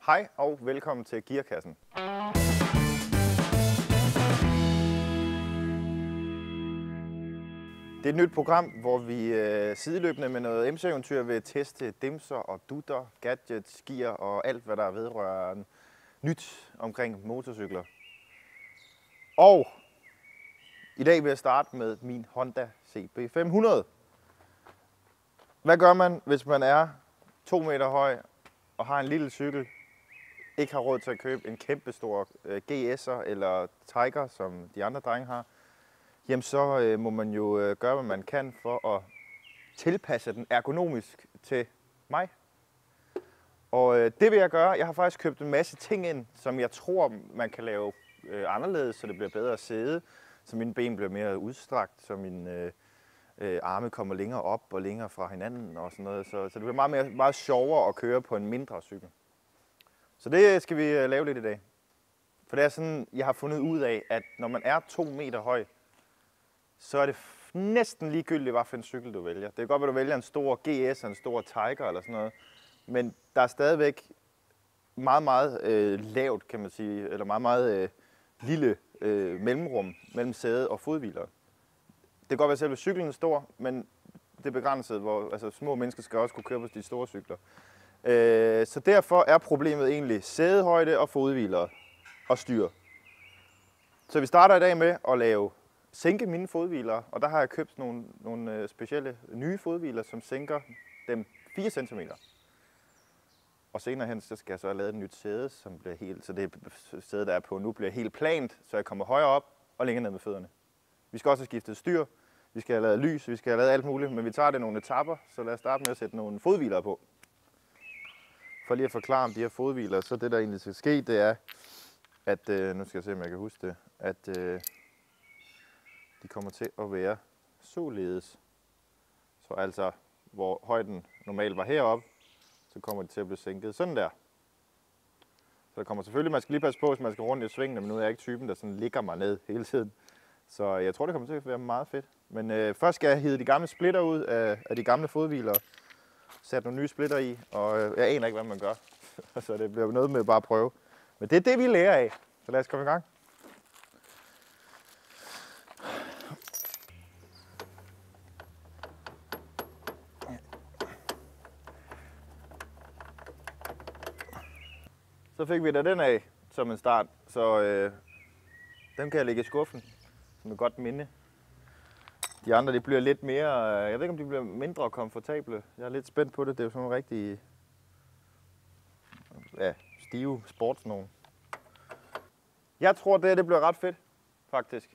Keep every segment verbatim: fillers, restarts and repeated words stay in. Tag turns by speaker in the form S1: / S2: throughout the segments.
S1: Hej og velkommen til Gearkassen. Det er et nyt program, hvor vi øh, sideløbende med noget M C-eventyr vil teste dimser og dutter, gadgets, gear og alt, hvad der vedrører nyt omkring motorcykler. Og i dag vil jeg starte med min Honda C B fem hundrede. Hvad gør man, hvis man er to meter høj og har en lille cykel, ikke har råd til at købe en kæmpestor G S'er eller Tiger, som de andre drenge har? Jamen så øh, må man jo øh, gøre, hvad man kan for at tilpasse den ergonomisk til mig. Og øh, det vil jeg gøre. Jeg har faktisk købt en masse ting ind, som jeg tror, man kan lave øh, anderledes, så det bliver bedre at sidde, så mine ben bliver mere udstrakt, så mine øh, øh, arme kommer længere op og længere fra hinanden og sådan noget. Så, så det bliver meget, mere, meget sjovere at køre på en mindre cykel. Så det skal vi øh, lave lidt i dag. For det er sådan, jeg har fundet ud af, at når man er to meter høj, så er det næsten ligegyldigt, hvad for en cykel du vælger. Det kan godt være, du vælger en stor G S, en stor Tiger eller sådan noget, men der er stadigvæk meget, meget øh, lavt, kan man sige, eller meget, meget øh, lille øh, mellemrum mellem sæde og fodhviler. Det kan godt være, at selve cyklen er stor, men det er begrænset, hvor altså, små mennesker skal også kunne køre på de store cykler. Øh, så derfor er problemet egentlig sædehøjde og fodhviler og styr. Så vi starter i dag med at lave sænke mine fodhviler, og der har jeg købt nogle, nogle specielle nye fodhviler, som sænker dem fire centimeter. Og senere hen, så skal jeg så have lavet et nyt sæde, som bliver helt, så det sæde, der er på nu, bliver helt plant, så jeg kommer højere op og længere ned med fødderne. Vi skal også have skiftet styr, vi skal have lavet lys, vi skal have lavet alt muligt, men vi tager det nogle etapper, så lad os starte med at sætte nogle fodhviler på. For lige at forklare om de her fodhviler, så det der egentlig skal ske, det er, at, øh, nu skal jeg se, om jeg kan huske det, at øh, de kommer til at være således. Så altså, hvor højden normalt var heroppe, så kommer de til at blive sænket sådan der. Så der kommer selvfølgelig, man skal lige passe på, hvis man skal rundt i svingene, men nu er jeg ikke typen, der sådan ligger mig ned hele tiden. Så jeg tror, det kommer til at være meget fedt. Men øh, først skal jeg hide de gamle splitter ud af, af de gamle fodhviler, sætte nogle nye splitter i, og øh, jeg aner ikke, hvad man gør. Så det bliver noget med bare at prøve. Men det er det, vi lærer af. Så lad os komme i gang. Så fik vi da den af som en start, så øh, dem kan jeg lægge i skuffen som et godt minde. De andre de bliver lidt mere, jeg ved ikke om de bliver mindre komfortable. Jeg er lidt spændt på det, det er jo sådan nogle rigtig ja, stive sportsnogen. Jeg tror det her det bliver ret fedt, faktisk.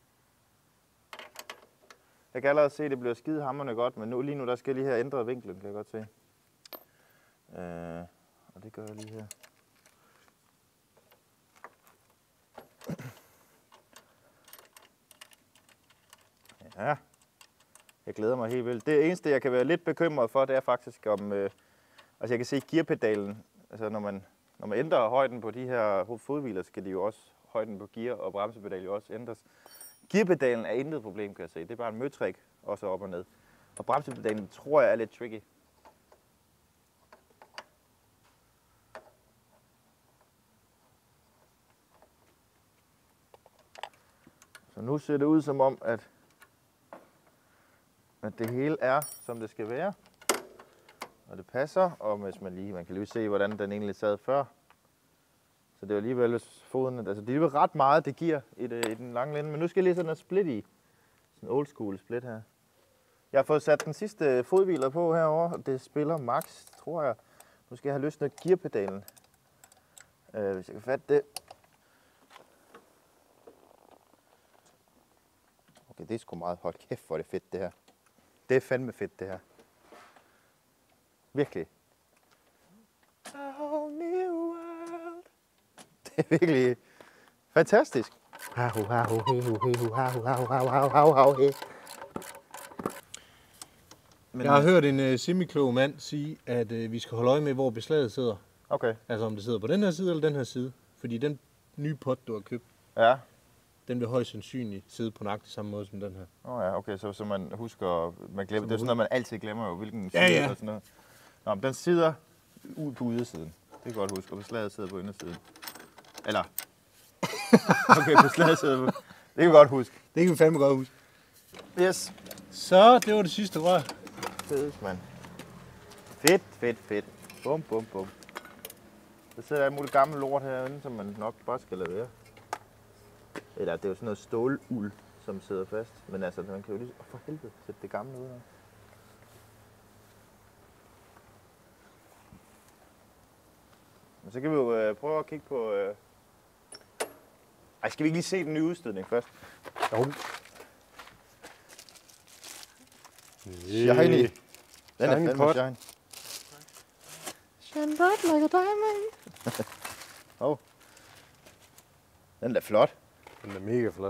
S1: Jeg kan allerede se at det bliver skidehamrende godt, men nu, lige nu der skal jeg lige have ændret vinklen, kan jeg godt se. Øh, og det gør jeg lige her. Ja, jeg glæder mig helt vildt. Det eneste, jeg kan være lidt bekymret for, det er faktisk om, øh, altså jeg kan se gearpedalen, altså når man, når man ændrer højden på de her fodhviler, skal de jo også, højden på gear og bremsepedal jo også ændres. Gearpedalen er intet problem, kan jeg se. Det er bare en møtrik, også op og ned. Og bremsepedalen tror jeg er lidt tricky. Så nu ser det ud som om, at at det hele er, som det skal være, og det passer, og hvis man lige, man kan lige se, hvordan den egentlig sad før. Så det er alligevel, hvis foden, altså det er ret meget, det giver i, det, i den lange ende, men nu skal jeg lige sådan en split i, sådan en old school split her. Jeg har fået sat den sidste fodhviler på herovre, og det spiller max, tror jeg. Nu skal jeg have løsnet gearpedalen, øh, hvis jeg kan fatte det. Okay, det er sgu meget, hold kæft, hvor er det fedt det her. Det er fandme fedt, det her. Virkelig. A whole new world. Det er virkelig fantastisk.
S2: Jeg har hørt en uh, semiklog mand sige, at uh, vi skal holde øje med, hvor beslaget sidder.
S1: Okay.
S2: Altså om det sidder på den her side eller den her side. Fordi den nye pot, du har købt,
S1: ja.
S2: Den vil højst sandsynligt sidde på nøjagtig samme måde som den her.
S1: Åh oh ja, okay, så, så man husker, man glemmer, det er sådan noget, man altid glemmer jo, hvilken side
S2: ja, ja.
S1: og sådan noget. Nå, men den sidder ud på ydersiden. kan godt huske. Og beslaget sidder på indersiden. Eller... Okay, beslaget sidder på... Det kan vi godt huske.
S2: Det kan vi fandme godt huske.
S1: Yes.
S2: Så, det var det sidste rør.
S1: Fedt, mand. Fedt, fedt, fedt. Bum, bum, bum. Der sidder alt muligt gammel lort herinde, som man nok bare skal lade være. Eller det er jo sådan noget ståluld, som sidder fast. Men altså, man kan jo lige... For helvede, sætte det gamle ud her. Men så kan vi jo øh, prøve at kigge på... Øh... Ej, skal vi ikke lige se den nye udstødning først?
S2: Jo.
S1: Shiny. Den er
S2: Shiny
S1: fandme
S2: pot.
S1: shiny.
S2: Shine bright like a diamond.
S1: Åh. oh. Den er da flot.
S2: Den er mega flot.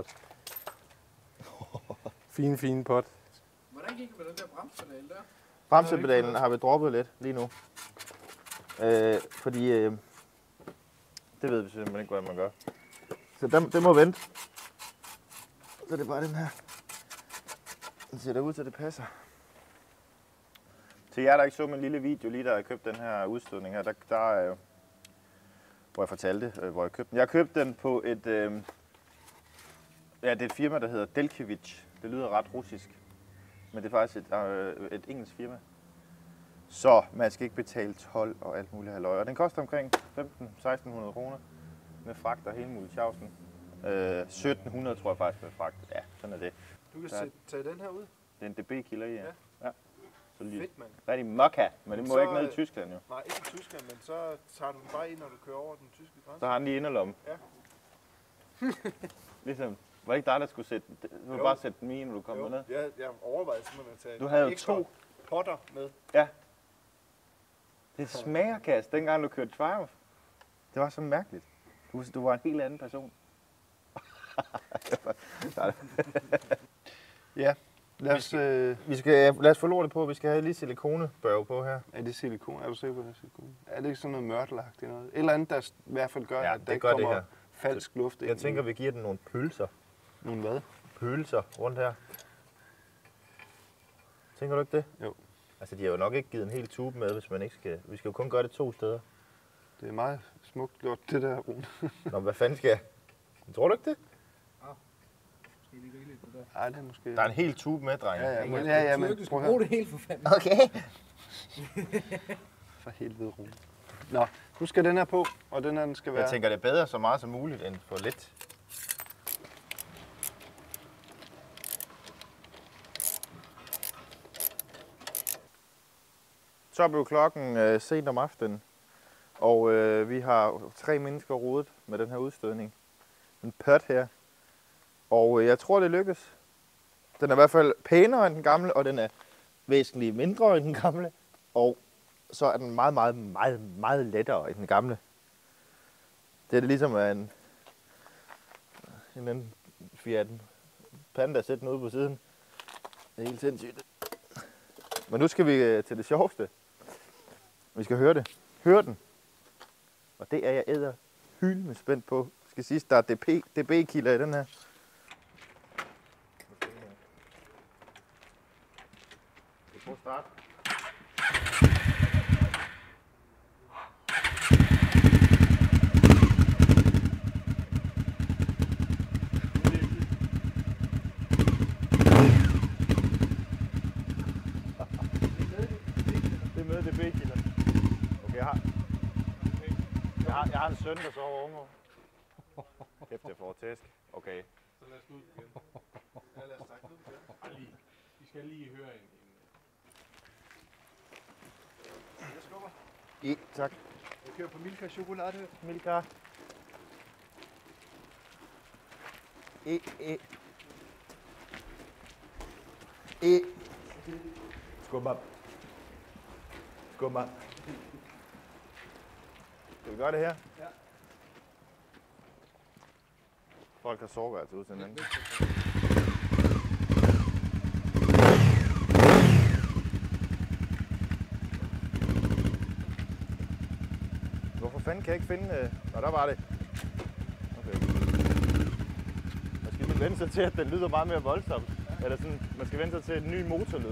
S2: Fin, fin pot.
S3: Hvordan gik det med den der bremsepedal der?
S1: Bremsepedalen har vi droppet lidt lige nu. Øh, fordi... Øh, det ved vi simpelthen ikke, hvordan man gør. Så den, den må vente. Så det er bare den her. Den ser da ud til, at det passer. Til jer, der ikke så min lille video, lige da jeg købte den her udstødning her, der, der øh, hvor jeg fortalte, øh, hvor jeg købte den. Jeg købte den på et, øh, ja, det er et firma, der hedder Delkevich. Det lyder ret russisk, men det er faktisk et, øh, et engelsk firma. Så man skal ikke betale told og alt muligt halløj. Og den koster omkring femten til seksten hundrede kroner med fragt og hele muligt tjavsen. Øh, sytten hundrede tror jeg faktisk med fragt. Ja, sådan er det.
S3: Du kan
S1: Ja.
S3: sætte, tage den her ud.
S1: Det er en D B-kilder i, ja.
S3: Ja.
S1: ja. Så lige
S3: Fedt, mand.
S1: rigtig mokka, men det må
S3: Så,
S1: ikke ned i
S3: øh,
S1: Tyskland jo.
S3: Nej, ikke i Tyskland, men så tager du den bare ind, når du kører over den tyske grænse.
S1: Så har han lige inderlommen.
S3: Ja.
S1: Ligesom, var det ikke dig, der skulle sætte, du ville
S3: Jo.
S1: bare sætte den i, når du kom
S3: Jo,
S1: ned?
S3: jeg, jeg overvejede simpelthen at tage
S1: Du havde jo
S3: ekstra
S1: to.
S3: potter med.
S1: Ja. Det smager, Kas, dengang du kørte Triumph. Det var så mærkeligt. Du, du var en helt anden person.
S3: Ja, lad os... Øh,
S1: Vi skal, lad os få lortet på, vi skal have lige silikonebørge på her.
S3: er det silikon? Er du sikker på, det er silikon? Er det ikke sådan noget mørtelagtigt noget? Et eller andet, der i hvert fald gør,
S1: Ja,
S3: at
S1: det
S3: der ikke
S1: gør det
S3: kommer
S1: her.
S3: falsk luft ind.
S1: Jeg tænker, vi giver den nogle pølser.
S3: Nogle hvad?
S1: Pølser rundt her. Tænker du ikke det?
S3: Jo.
S1: Altså, de har jo nok ikke givet en hel tube med, hvis man ikke skal... Vi skal jo kun gøre det to steder.
S3: Det er meget smukt gjort, det der, Rune.
S1: Nå, hvad fanden skal jeg? Tror du ikke det?
S3: Nej, det er måske...
S1: Der er en hel tube med, drenge.
S3: Ja, ja, men, ja, ja, men prøv at høre.
S2: det helt for fanden.
S1: Okay.
S3: For helvede, Rune. Nå, nu skal den her på, og den her den skal være...
S1: Jeg tænker, det er bedre så meget som muligt, end for lidt. Så blev klokken øh, sent om aftenen, og øh, vi har tre mennesker rodet med den her udstødning. En pot her. Og øh, jeg tror, det lykkes. Den er i hvert fald pænere end den gamle, og den er væsentligt mindre end den gamle. Og så er den meget, meget, meget, meget lettere end den gamle. Det er det ligesom af en, en anden Fiat Panda sætte den ude på siden. Det er helt sindssygt. Men nu skal vi øh, til det sjoveste. Vi skal høre det. Hør den. Og det er jeg æder hylende spændt på. Jeg skal sige, der er D B-kilder i den her. Vi prøver at starte. Det er med D B-kilder. Okay, jeg har, jeg har, jeg har en søn, der sover unge. Kæft, jeg får tæsk. Okay.
S3: Så lad os gå ud igen. Ja, lad os trække ud igen.
S2: Vi skal lige høre en.
S3: Jeg skubber.
S1: I, tak.
S3: Jeg kører på Milka chokolade.
S1: Milka. E, e. E. Skub op. Skub op. Skal vi gøre det her?
S3: Ja.
S1: Folk har soveværelse ud til den anden. Hvorfor fanden kan jeg ikke finde... Øh... Nå, der var det. Okay. Man skal lige vende sig til, at den lyder meget mere voldsomt. Eller sådan, man skal vende sig til en ny motorlyd.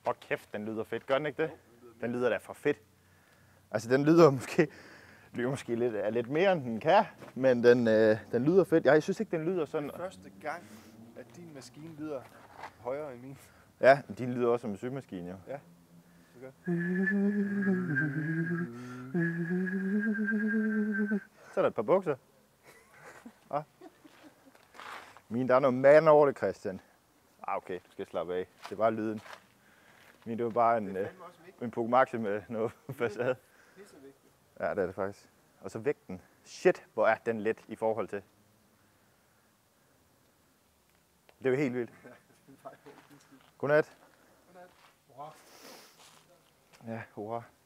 S1: Hold kæft, den lyder fedt. Gør den ikke det? Den lyder da for fedt. Altså, den lyder måske, lyder måske lidt, er lidt mere, end den kan, men den, øh, den lyder fedt. Jeg synes ikke, den lyder sådan...
S3: Første gang, at din maskine lyder højere end min.
S1: Ja, din lyder også som en symaskine, jo.
S3: Ja. Okay.
S1: Så er der et par bukser. Ah. Min, der er noget mand over det, Christian. Ah, okay, du skal slappe af. Det er bare lyden. Min, det var bare en, øh, en Pokémaxi med noget facade. Ja, det er det faktisk. Og så vægten. Shit, hvor er den let i forhold til. Det er jo helt vildt. Godnat.
S2: Hurra.
S1: Ja, hurra.